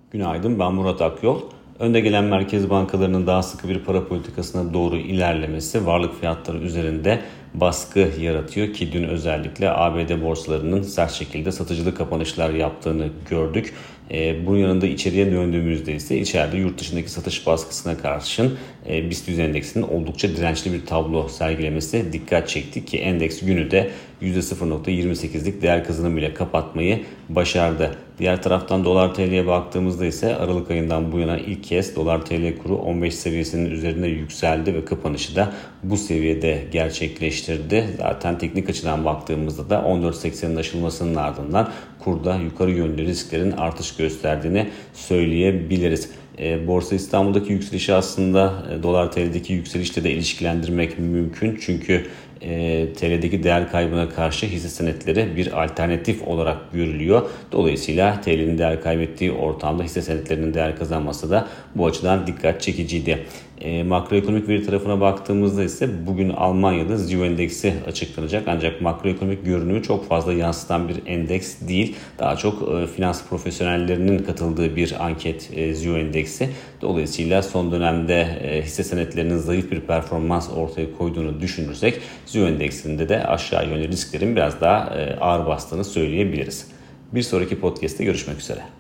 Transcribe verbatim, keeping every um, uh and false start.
Günaydın, ben Murat Akyol. Önde gelen merkez bankalarının daha sıkı bir para politikasına doğru ilerlemesi varlık fiyatları üzerinde baskı yaratıyor ki dün özellikle A B D borsalarının sert şekilde satıcılı kapanışlar yaptığını gördük. E, bunun yanında içeriye döndüğümüzde ise içeride yurt dışındaki satış baskısına karşın e, BIST yüz endeksinin oldukça dirençli bir tablo sergilemesi dikkat çekti ki endeks günü de yüzde sıfır virgül yirmi sekizlik değer kazanımı ile kapatmayı başardı. Diğer taraftan dolar T L'ye baktığımızda ise Aralık ayından bu yana ilk kez dolar T L kuru on beş seviyesinin üzerinde yükseldi ve kapanışı da bu seviyede gerçekleştirdi. Zaten teknik açıdan baktığımızda da on dört seksenin aşılmasının ardından kurda yukarı yönlü risklerin artış gösterdiğini söyleyebiliriz. E, Borsa İstanbul'daki yükselişi aslında e, dolar T L'deki yükselişle de ilişkilendirmek mümkün. Çünkü e, T L'deki değer kaybına karşı hisse senetleri bir alternatif olarak görülüyor. Dolayısıyla T L'nin değer kaybettiği ortamda hisse senetlerinin değer kazanması da bu açıdan dikkat çekiciydi. E, makroekonomik veri tarafına baktığımızda ise bugün Almanya'da Z I O endeksi açıklanacak. Ancak makroekonomik görünümü çok fazla yansıtan bir endeks değil. Daha çok e, finans profesyonellerinin katıldığı bir anket e, Z I O endeksi. Dolayısıyla son dönemde e, hisse senetlerinin zayıf bir performans ortaya koyduğunu düşünürsek Z I O endeksinde de aşağı yönlü risklerin biraz daha e, ağır bastığını söyleyebiliriz. Bir sonraki podcast'te görüşmek üzere.